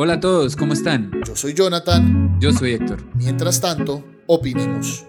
Hola a todos, ¿cómo están? Yo soy Jonathan. Yo soy Héctor. Mientras tanto, opinemos.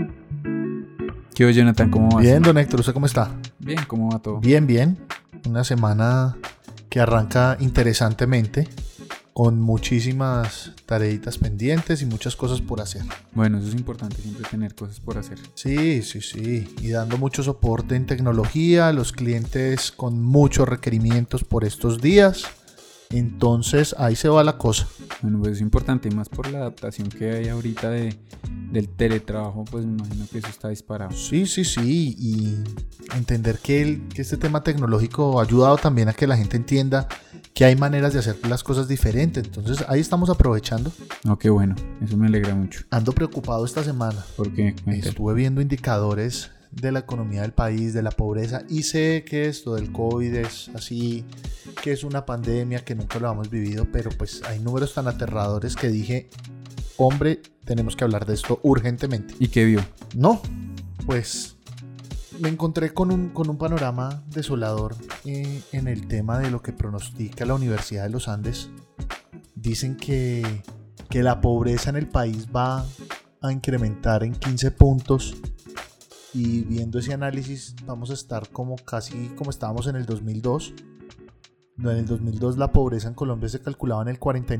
¿Qué hoy, Jonathan? ¿Cómo vas? Bien, don Héctor, ¿usted cómo está? Bien, ¿cómo va todo? Bien, bien. Una semana que arranca interesantemente, con muchísimas tareitas pendientes y muchas cosas por hacer. Bueno, eso es importante, siempre tener cosas por hacer. Sí. Y dando mucho soporte en tecnología, los clientes con muchos requerimientos por estos días. Entonces, ahí se va la cosa. Bueno, pues es importante, y más por la adaptación que hay ahorita del teletrabajo, pues me imagino que eso está disparado. Sí, y entender que este tema tecnológico ha ayudado también a que la gente entienda que hay maneras de hacer las cosas diferentes. Entonces, ahí estamos aprovechando. No, qué bueno, eso me alegra mucho. Ando preocupado esta semana. ¿Por qué? Estuve viendo indicadores de la economía del país, de la pobreza, y sé que esto del COVID es así, que es una pandemia, que nunca lo hemos vivido, pero pues hay números tan aterradores que dije, hombre, tenemos que hablar de esto urgentemente. ¿Y qué vio? No, pues me encontré con un panorama desolador en el tema de lo que pronostica la Universidad de los Andes. Dicen que la pobreza en el país va a incrementar en 15 puntos. Y viendo ese análisis vamos a estar casi como estábamos en el 2002. En el 2002 la pobreza en Colombia se calculaba en el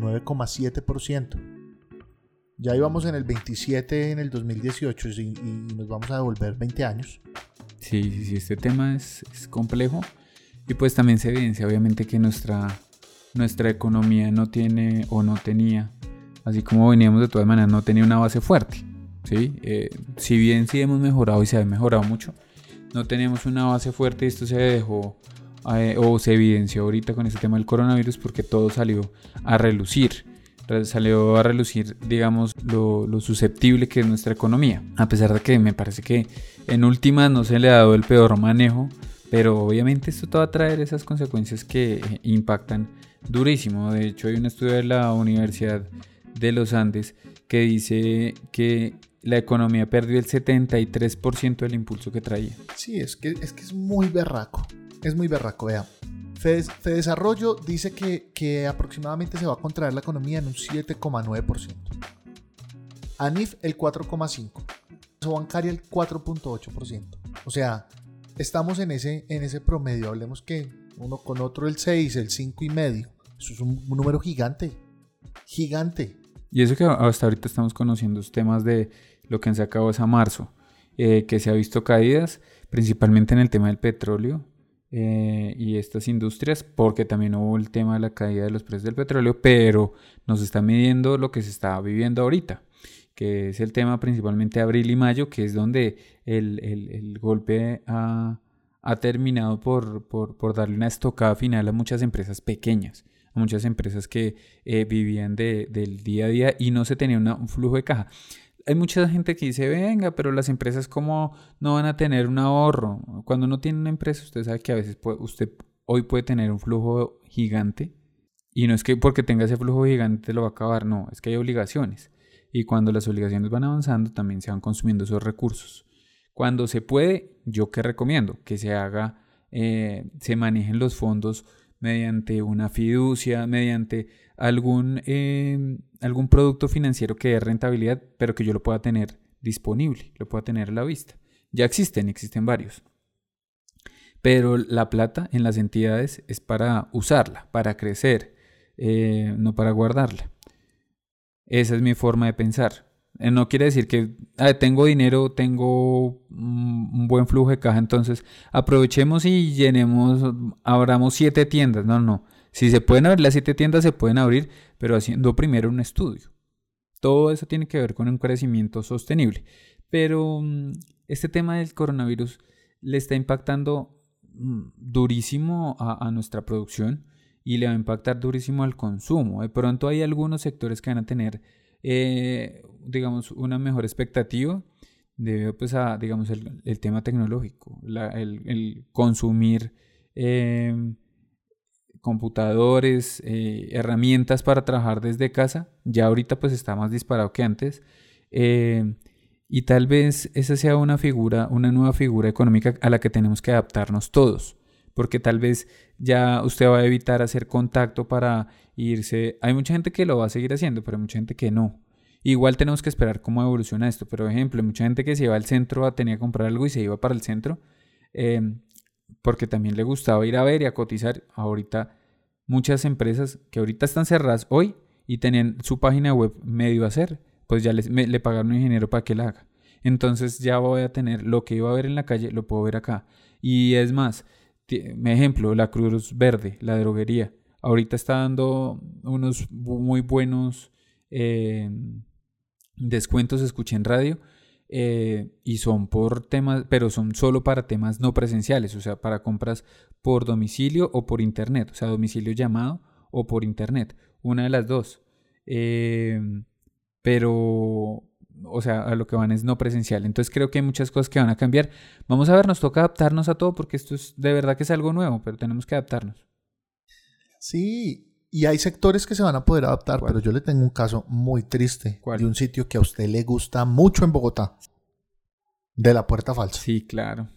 49,7%. Ya íbamos en el 27% en el 2018 y nos vamos a devolver 20 años. Sí, este tema es complejo. Y pues también se evidencia obviamente que nuestra economía no tiene o no tenía, así como veníamos de todas maneras, no tenía una base fuerte. ¿Sí? Si bien sí hemos mejorado y se ha mejorado mucho, no teníamos una base fuerte y esto se dejó o se evidenció ahorita con este tema del coronavirus porque todo salió a relucir, digamos, lo susceptible que es nuestra economía, a pesar de que me parece que en últimas no se le ha dado el peor manejo, pero obviamente esto va a traer esas consecuencias que impactan durísimo. De hecho hay un estudio de la Universidad de los Andes que dice que la economía perdió el 73% del impulso que traía. Sí, es que es muy berraco. Es muy berraco, vea. Fedesarrollo dice que aproximadamente se va a contraer la economía en un 7,9%. ANIF el 4,5%. Bancaria el 4,8%. O sea, estamos en ese promedio. Hablemos que uno con otro el 6, el 5,5%. Eso es un número gigante. Gigante. Y eso que hasta ahorita estamos conociendo los temas de lo que han sacado es a marzo, que se ha visto caídas, principalmente en el tema del petróleo y estas industrias, porque también hubo el tema de la caída de los precios del petróleo, pero nos está midiendo lo que se está viviendo ahorita, que es el tema principalmente de abril y mayo, que es donde el golpe ha terminado por darle una estocada final a muchas empresas pequeñas, a muchas empresas que vivían del día a día y no se tenía un flujo de caja. Hay mucha gente que dice, venga, pero las empresas ¿cómo no van a tener un ahorro? Cuando uno tiene una empresa, usted sabe que a veces usted hoy puede tener un flujo gigante y no es que porque tenga ese flujo gigante lo va a acabar, no, es que hay obligaciones y cuando las obligaciones van avanzando también se van consumiendo esos recursos. Cuando se puede, ¿yo qué recomiendo? Que se haga, se manejen los fondos mediante una fiducia, mediante algún producto financiero que dé rentabilidad, pero que yo lo pueda tener disponible, lo pueda tener a la vista. Ya existen varios. Pero la plata en las entidades es para usarla, para crecer, no para guardarla. Esa es mi forma de pensar. No quiere decir que tengo dinero, tengo un buen flujo de caja, entonces aprovechemos y abramos 7 tiendas. No. Si se pueden abrir las 7 tiendas, se pueden abrir, pero haciendo primero un estudio. Todo eso tiene que ver con un crecimiento sostenible. Pero este tema del coronavirus le está impactando durísimo a nuestra producción y le va a impactar durísimo al consumo. De pronto hay algunos sectores que van a tener digamos una mejor expectativa debido pues a digamos el tema tecnológico, el consumir computadores, herramientas para trabajar desde casa. Ya ahorita pues está más disparado que antes y tal vez esa sea una nueva figura económica a la que tenemos que adaptarnos todos, porque tal vez ya usted va a evitar hacer contacto para irse. Hay mucha gente que lo va a seguir haciendo, pero hay mucha gente que no. Igual tenemos que esperar cómo evoluciona esto. Pero, por ejemplo, hay mucha gente que se iba al centro, tenía que comprar algo y se iba para el centro, porque también le gustaba ir a ver y a cotizar. Ahorita, muchas empresas que ahorita están cerradas hoy y tenían su página web medio a hacer, pues ya le pagaron a un ingeniero para que la haga. Entonces ya voy a tener lo que iba a ver en la calle, lo puedo ver acá. Y es más, ejemplo, la Cruz Verde, la droguería, ahorita está dando unos muy buenos descuentos, escuché en radio, y son por temas, pero son solo para temas no presenciales, o sea, para compras por domicilio o por internet, o sea, domicilio llamado o por internet, una de las dos. Pero, o sea, a lo que van es no presencial. Entonces creo que hay muchas cosas que van a cambiar. Vamos a ver, nos toca adaptarnos a todo porque esto es de verdad que es algo nuevo, pero tenemos que adaptarnos. Sí, y hay sectores que se van a poder adaptar, pero yo le tengo un caso muy triste de un sitio que a usted le gusta mucho en Bogotá, de la Puerta Falsa. Sí, claro.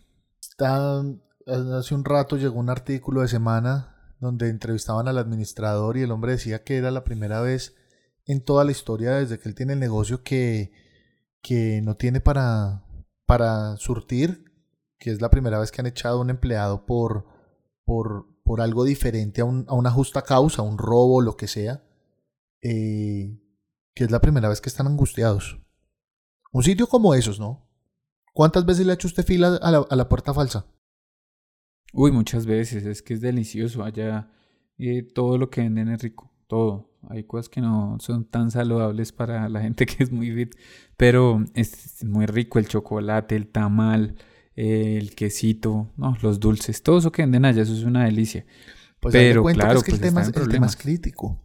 Hace un rato llegó un artículo de Semana donde entrevistaban al administrador y el hombre decía que era la primera vez en toda la historia desde que él tiene el negocio que no tiene para surtir, que es la primera vez que han echado a un empleado por algo diferente a una justa causa, un robo, lo que sea, que es la primera vez que están angustiados. Un sitio como esos, ¿no? ¿Cuántas veces le ha hecho usted fila a la Puerta Falsa? Uy, muchas veces, es que es delicioso. Allá todo lo que venden es rico, todo. Hay cosas que no son tan saludables para la gente que es muy fit, pero es muy rico el chocolate, el tamal, el quesito, no, los dulces, todo eso que venden allá, eso es una delicia. Pues pero claro, que el tema es crítico.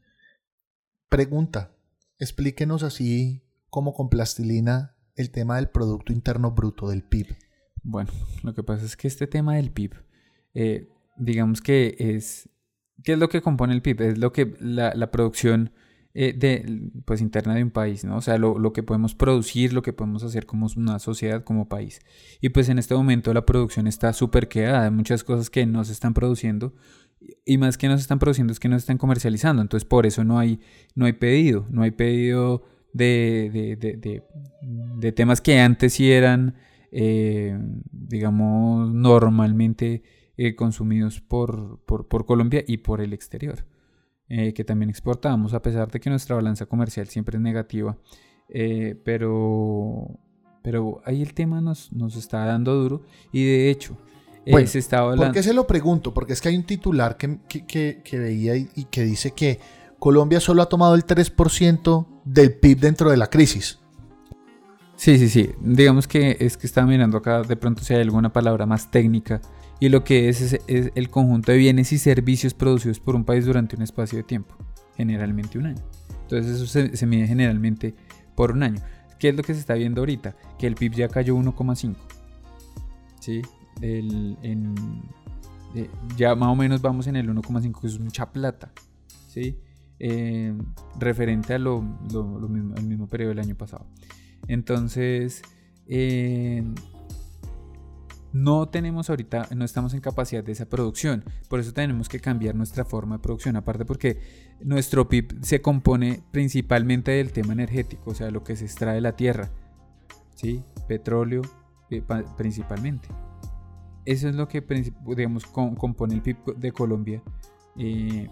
Pregunta, explíquenos así como con plastilina el tema del Producto Interno Bruto, del PIB. Bueno, lo que pasa es que este tema del PIB, digamos que es... ¿Qué es lo que compone el PIB? Es lo que la producción pues interna de un país, ¿no? O sea, lo que podemos producir, lo que podemos hacer como una sociedad, como país. Y pues en este momento la producción está súper quedada. Hay muchas cosas que no se están produciendo. Y más que no se están produciendo es que no se están comercializando. Entonces por eso no hay pedido. No hay pedido de temas que antes sí eran, digamos, normalmente consumidos por Colombia y por el exterior, que también exportamos, a pesar de que nuestra balanza comercial siempre es negativa, pero ahí el tema nos está dando duro y de hecho bueno, se estaba hablando... ¿Por qué se lo pregunto? Porque es que hay un titular que veía y que dice que Colombia solo ha tomado el 3% del PIB dentro de la crisis. Sí. Digamos que es que estaba mirando acá de pronto si hay alguna palabra más técnica. Y lo que es el conjunto de bienes y servicios producidos por un país durante un espacio de tiempo, generalmente un año. Entonces eso se mide generalmente por un año. ¿Qué es lo que se está viendo ahorita? Que el PIB ya cayó 1,5. ¿Sí? Ya más o menos vamos en el 1,5, que es mucha plata. ¿Sí? Referente a lo mismo, el mismo periodo del año pasado. Entonces... no tenemos ahorita, no estamos en capacidad de esa producción, por eso tenemos que cambiar nuestra forma de producción, aparte porque nuestro PIB se compone principalmente del tema energético, o sea, lo que se extrae de la tierra, ¿sí? Petróleo principalmente. Eso es lo que, digamos, compone el PIB de Colombia, y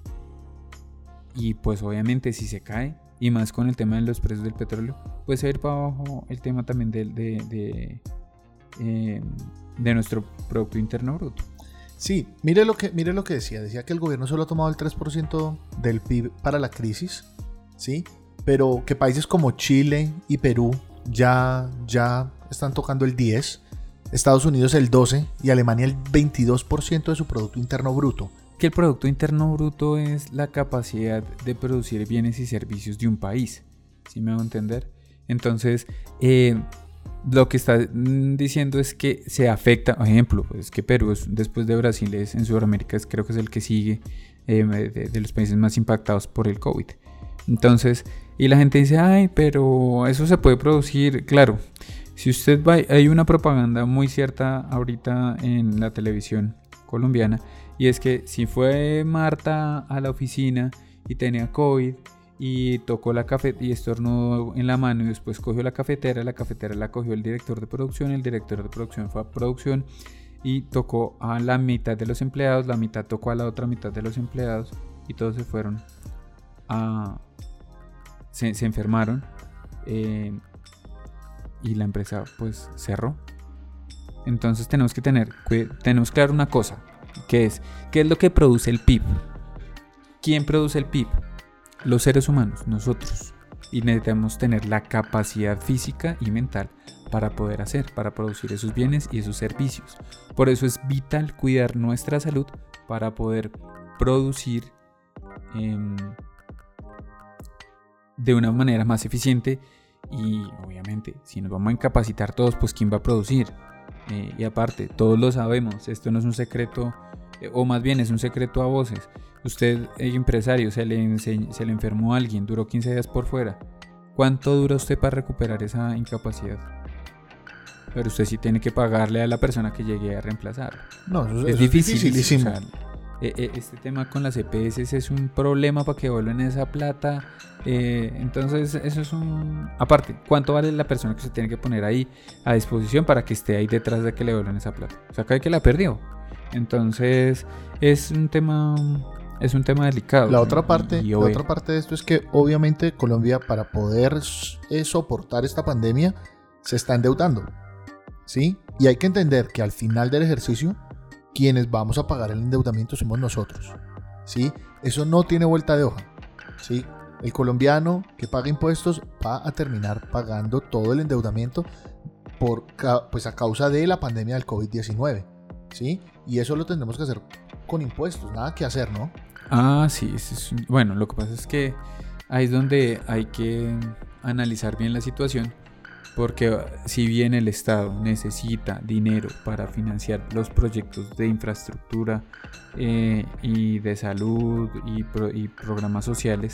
pues obviamente si se cae, y más con el tema de los precios del petróleo, pues se va a ir para abajo el tema también de nuestro Producto Interno Bruto. Sí, mire lo que decía que el gobierno solo ha tomado el 3% del PIB para la crisis, ¿sí? Pero que países como Chile y Perú ya están tocando el 10%, Estados Unidos el 12% y Alemania el 22% de su Producto Interno Bruto. Que el Producto Interno Bruto es la capacidad de producir bienes y servicios de un país, ¿sí me hago entender? Entonces, lo que está diciendo es que se afecta, por ejemplo, pues que Perú después de Brasil en Sudamérica creo que es el que sigue de los países más impactados por el COVID. Entonces, y la gente dice, ay, pero eso se puede producir. Claro, si usted va, hay una propaganda muy cierta ahorita en la televisión colombiana Y es que si fue Marta a la oficina y tenía COVID y tocó la cafetera y estornudó en la mano y después cogió la cafetera la cogió el director de producción fue a producción y tocó a la mitad de los empleados, la mitad tocó a la otra mitad de los empleados y todos se fueron se enfermaron y la empresa pues cerró. Entonces tenemos que claro una cosa, que es ¿qué es lo que produce el PIB? ¿Quién produce el PIB? Los seres humanos, nosotros. Y necesitamos tener la capacidad física y mental para producir esos bienes y esos servicios. Por eso es vital cuidar nuestra salud para poder producir de una manera más eficiente. Y obviamente, si nos vamos a incapacitar todos, pues ¿quién va a producir? Y aparte, todos lo sabemos, esto no es un secreto, o más bien es un secreto a voces. Usted, empresario, se le enfermó a alguien, duró 15 días por fuera. ¿Cuánto dura usted para recuperar esa incapacidad? Pero usted sí tiene que pagarle a la persona que llegue a reemplazar. No, es dificilísimo. O sea, este tema con las EPS es un problema para que vuelvan esa plata. Entonces eso es aparte, ¿cuánto vale la persona que se tiene que poner ahí a disposición para que esté ahí detrás de que le vuelvan esa plata? O sea, que la perdió. Entonces es un tema delicado. La otra parte de esto es que obviamente Colombia, para poder soportar esta pandemia, se está endeudando, ¿sí? Y hay que entender que al final del ejercicio quienes vamos a pagar el endeudamiento somos nosotros, ¿sí? Eso no tiene vuelta de hoja, ¿sí? El colombiano que paga impuestos va a terminar pagando todo el endeudamiento pues a causa de la pandemia del COVID-19, ¿sí? Y eso lo tendremos que hacer con impuestos, nada que hacer, ¿no? Sí, bueno, lo que pasa es que ahí es donde hay que analizar bien la situación. Porque si bien el Estado necesita dinero para financiar los proyectos de infraestructura y de salud y programas sociales,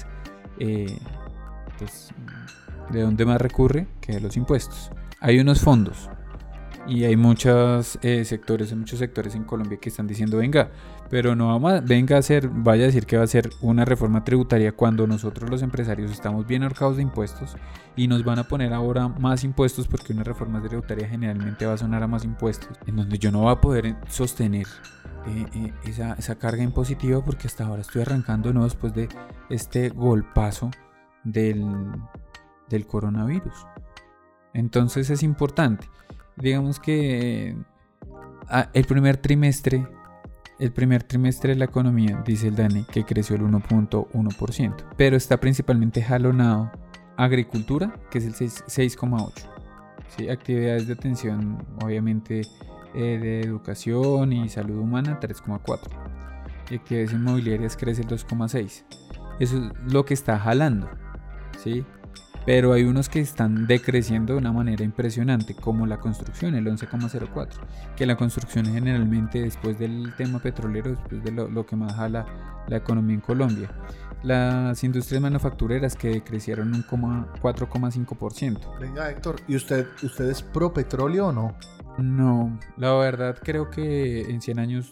pues ¿de dónde más recurre? Que de los impuestos. Hay unos fondos y hay muchos sectores en Colombia que están diciendo pero no vaya a decir que va a ser una reforma tributaria cuando nosotros los empresarios estamos bien ahorcados de impuestos y nos van a poner ahora más impuestos, porque una reforma tributaria generalmente va a sonar a más impuestos, en donde yo no voy a poder sostener esa carga impositiva, porque hasta ahora estoy arrancando no después de este golpazo del coronavirus. Entonces es importante. Digamos que el primer trimestre de la economía, dice el DANE, que creció el 1.1%, pero está principalmente jalonado agricultura, que es el 6.8%, ¿sí? Actividades de atención, obviamente, de educación y salud humana, 3.4%, y actividades inmobiliarias crece el 2.6%. Eso es lo que está jalando, ¿sí? Pero hay unos que están decreciendo de una manera impresionante, como la construcción, el 11.04%, que la construcción generalmente, después del tema petrolero, después de lo que más jala la economía en Colombia. Las industrias manufactureras, que decrecieron un 4.5%. Venga, Héctor, ¿y usted es pro petróleo o no? No, la verdad creo que en 100 años,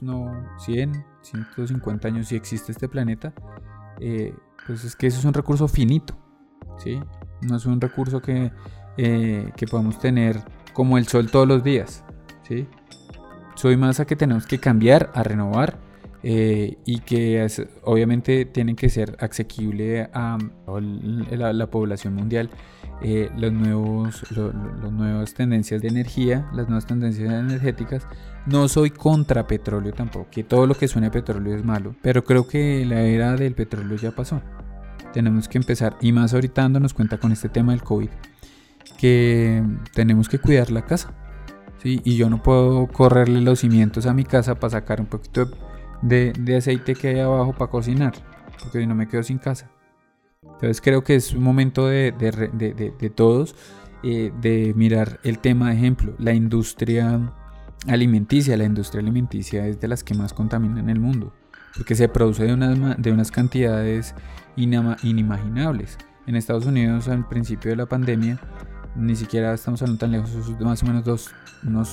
150 años, si existe este planeta, pues es que eso es un recurso finito, ¿sí? No es un recurso que podemos tener como el sol todos los días, ¿sí? Soy más a que tenemos que cambiar, a renovar, y que obviamente tienen que ser asequible a la población mundial, las nuevas tendencias de energía, las nuevas tendencias energéticas. No soy contra petróleo tampoco, que todo lo que suene a petróleo es malo, pero creo que la era del petróleo ya pasó. Tenemos que empezar, y más ahorita dándonos cuenta con este tema del COVID, que tenemos que cuidar la casa, ¿sí? Y yo no puedo correrle los cimientos a mi casa para sacar un poquito de aceite que hay abajo para cocinar, porque si no me quedo sin casa. Entonces creo que es un momento de todos, de mirar el tema. De ejemplo, la industria alimenticia es de las que más contamina en el mundo, porque se produce de unas cantidades inimaginables. En Estados Unidos, al principio de la pandemia, ni siquiera estamos hablando tan lejos, más o menos unos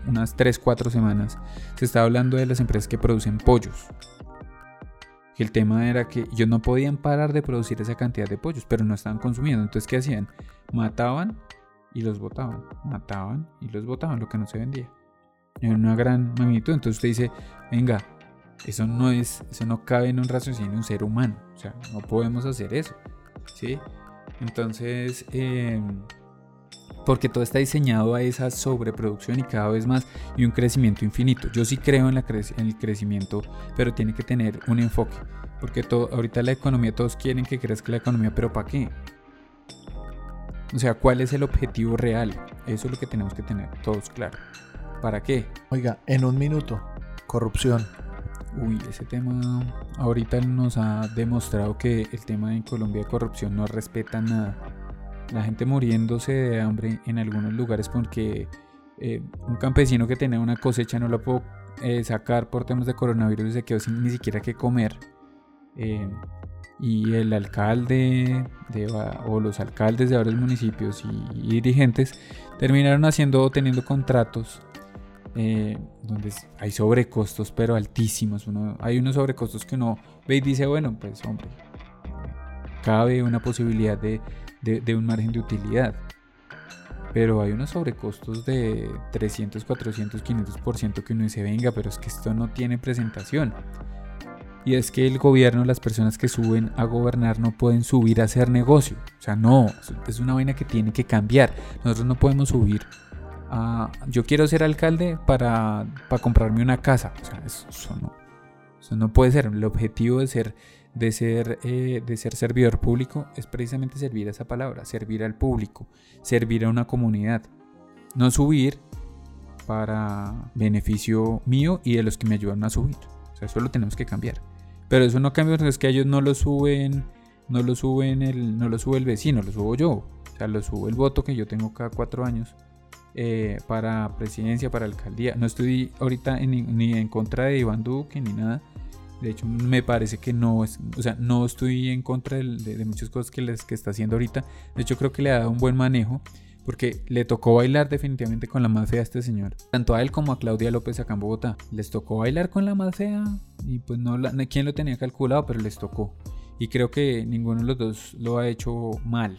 unas 3-4 semanas, se estaba hablando de las empresas que producen pollos. Y el tema era que ellos no podían parar de producir esa cantidad de pollos, pero no estaban consumiendo. Entonces, ¿qué hacían? Mataban y los botaban. Mataban y los botaban, lo que no se vendía. En una gran magnitud. Entonces usted dice, venga, eso no cabe en un raciocinio de un ser humano. O sea, no podemos hacer eso, ¿sí? Entonces, porque todo está diseñado a esa sobreproducción y cada vez más y un crecimiento infinito. Yo sí creo en el crecimiento, pero tiene que tener un enfoque. Porque ahorita la economía, todos quieren que crezca la economía, pero ¿para qué? O sea, ¿cuál es el objetivo real? Eso es lo que tenemos que tener todos claro. ¿Para qué? Oiga, en un minuto, corrupción. Uy, ese tema ahorita nos ha demostrado que el tema en Colombia de corrupción no respeta nada. La gente muriéndose de hambre en algunos lugares porque un campesino que tenía una cosecha no la pudo sacar por temas de coronavirus y se quedó sin ni siquiera qué comer. Y el alcalde o los alcaldes de varios municipios y dirigentes terminaron teniendo contratos donde hay sobrecostos pero altísimos. Hay unos sobrecostos que uno ve y dice, bueno, pues hombre, cabe una posibilidad de un margen de utilidad, pero hay unos sobrecostos de 300, 400, 500% que uno dice, venga, pero es que esto no tiene presentación. Y es que el gobierno, las personas que suben a gobernar no pueden subir a hacer negocio. O sea, no, es una vaina que tiene que cambiar. Nosotros no podemos subir a, yo quiero ser alcalde para comprarme una casa. O sea, eso no puede ser. El objetivo de ser servidor público es precisamente servir a esa palabra, servir al público, servir a una comunidad. No subir para beneficio mío y de los que me ayudan a subir. O sea, eso lo tenemos que cambiar. Pero eso no cambia, es que ellos no lo sube el vecino, lo subo yo. O sea, lo subo el voto que yo tengo cada 4 años para presidencia, para alcaldía. No estoy ahorita ni en contra de Iván Duque ni nada. De hecho, me parece que no estoy en contra de muchas cosas que está haciendo ahorita. De hecho, creo que le ha dado un buen manejo, porque le tocó bailar definitivamente con la más fea a este señor. Tanto a él como a Claudia López acá en Bogotá. Les tocó bailar con la más fea y pues no quién lo tenía calculado, pero les tocó. Y creo que ninguno de los dos lo ha hecho mal.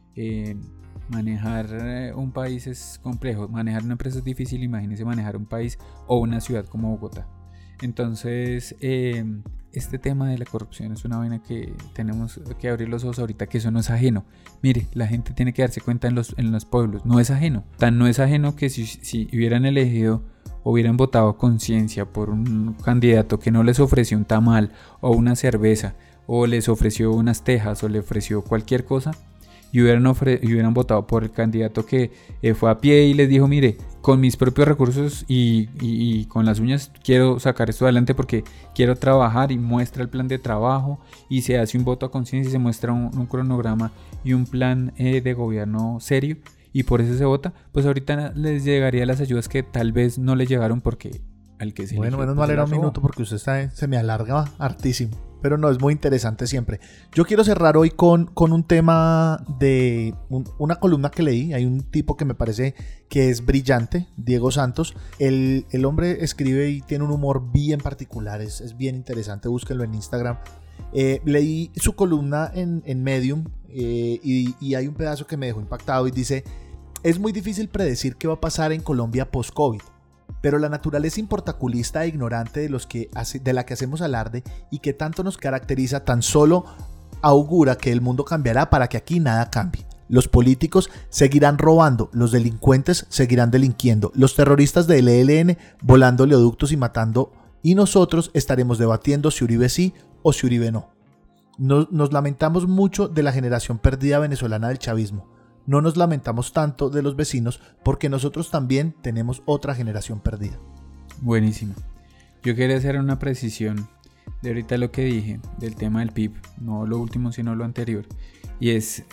Manejar un país es complejo. Manejar una empresa es difícil. Imagínense manejar un país o una ciudad como Bogotá. Entonces, este tema de la corrupción es una vaina que tenemos que abrir los ojos ahorita, que eso no es ajeno. Mire, la gente tiene que darse cuenta en los pueblos, no es ajeno. Tan no es ajeno que si hubieran elegido o hubieran votado a conciencia por un candidato que no les ofreció un tamal o una cerveza, o les ofreció unas tejas o le ofreció cualquier cosa, y hubieran votado por el candidato que fue a pie y les dijo, mire, con mis propios recursos y con las uñas quiero sacar esto adelante porque quiero trabajar, y muestra el plan de trabajo y se hace un voto a conciencia y se muestra un cronograma y un plan de gobierno serio, y por eso se vota, pues ahorita les llegarían las ayudas que tal vez no les llegaron porque al que se bueno, menos mal era un minuto porque usted se me alarga hartísimo. Pero no, es muy interesante siempre. Yo quiero cerrar hoy con un tema de una columna que leí. Hay un tipo que me parece que es brillante, Diego Santos. El hombre escribe y tiene un humor bien particular, es bien interesante, búsquenlo en Instagram. Leí su columna en Medium y hay un pedazo que me dejó impactado y dice: es muy difícil predecir qué va a pasar en Colombia post-COVID. Pero la naturaleza importaculista e ignorante de la que hacemos alarde y que tanto nos caracteriza tan solo augura que el mundo cambiará para que aquí nada cambie. Los políticos seguirán robando, los delincuentes seguirán delinquiendo, los terroristas del ELN volando oleoductos y matando, y nosotros estaremos debatiendo si Uribe sí o si Uribe no. Nos lamentamos mucho de la generación perdida venezolana del chavismo. No nos lamentamos tanto de los vecinos porque nosotros también tenemos otra generación perdida. Buenísimo. Yo quería hacer una precisión de ahorita lo que dije del tema del PIB, no lo último sino lo anterior, y es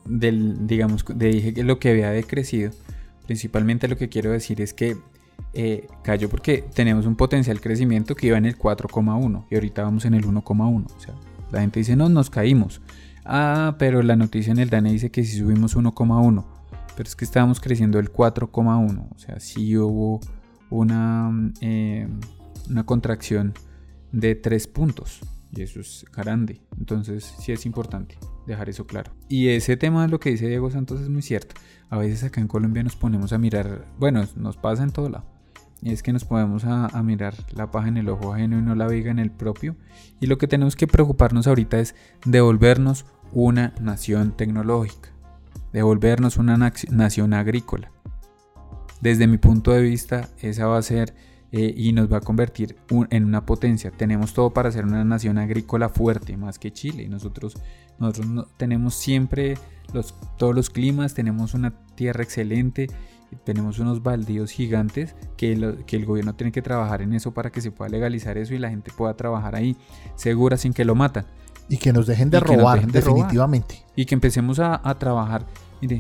dije que lo que había decrecido. Principalmente lo que quiero decir es que cayó porque tenemos un potencial crecimiento que iba en el 4,1 y ahorita vamos en el 1,1. O sea, la gente dice, no, nos caímos. Pero la noticia en el DANE dice que si subimos 1,1, pero es que estábamos creciendo el 4,1, o sea, sí hubo una contracción de 3 puntos. Y eso es grande. Entonces sí es importante dejar eso claro. Y ese tema de lo que dice Diego Santos es muy cierto. A veces acá en Colombia nos ponemos a mirar, bueno, nos pasa en todo lado. Y es que nos ponemos a mirar la paja en el ojo ajeno y no la viga en el propio. Y lo que tenemos que preocuparnos ahorita es devolvernos una nación tecnológica. Devolvernos una nación agrícola. Desde mi punto de vista, esa va a ser y nos va a convertir en una potencia. Tenemos todo para ser una nación agrícola fuerte, más que Chile. Nosotros tenemos siempre todos los climas, tenemos una tierra excelente, tenemos unos baldíos gigantes que el gobierno tiene que trabajar en eso para que se pueda legalizar eso y la gente pueda trabajar ahí segura sin que lo matan. Y que nos dejen de robar, definitivamente. Y que empecemos a trabajar. Mire,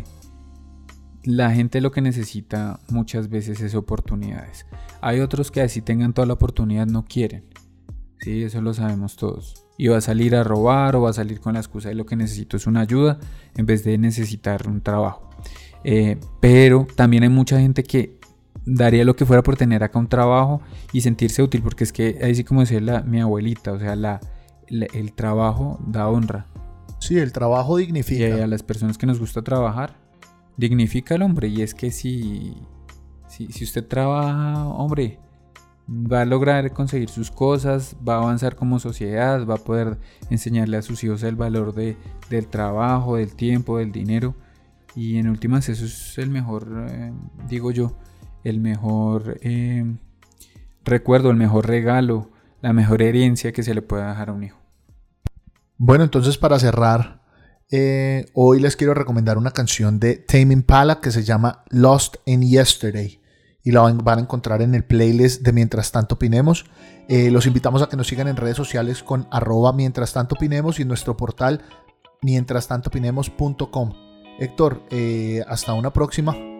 la gente lo que necesita muchas veces es oportunidades. Hay otros que así tengan toda la oportunidad no quieren. Sí, eso lo sabemos todos. Y va a salir a robar o va a salir con la excusa de lo que necesito es una ayuda en vez de necesitar un trabajo. Pero también hay mucha gente que daría lo que fuera por tener acá un trabajo y sentirse útil, porque es que así como decía mi abuelita, o sea, el trabajo da honra. Sí, el trabajo dignifica. Y a las personas que nos gusta trabajar, dignifica al hombre. Y es que si usted trabaja, hombre, va a lograr conseguir sus cosas, va a avanzar como sociedad, va a poder enseñarle a sus hijos el valor del trabajo, del tiempo, del dinero. Y en últimas eso es el mejor, digo yo, el mejor recuerdo, el mejor regalo, la mejor herencia que se le pueda dejar a un hijo. Bueno, entonces para cerrar, hoy les quiero recomendar una canción de Tame Impala que se llama Lost in Yesterday y la van a encontrar en el playlist de Mientras Tanto Opinemos. Los invitamos a que nos sigan en redes sociales con @Mientras Tanto Opinemos y en nuestro portal mientrastantopinemos.com. Héctor, hasta una próxima.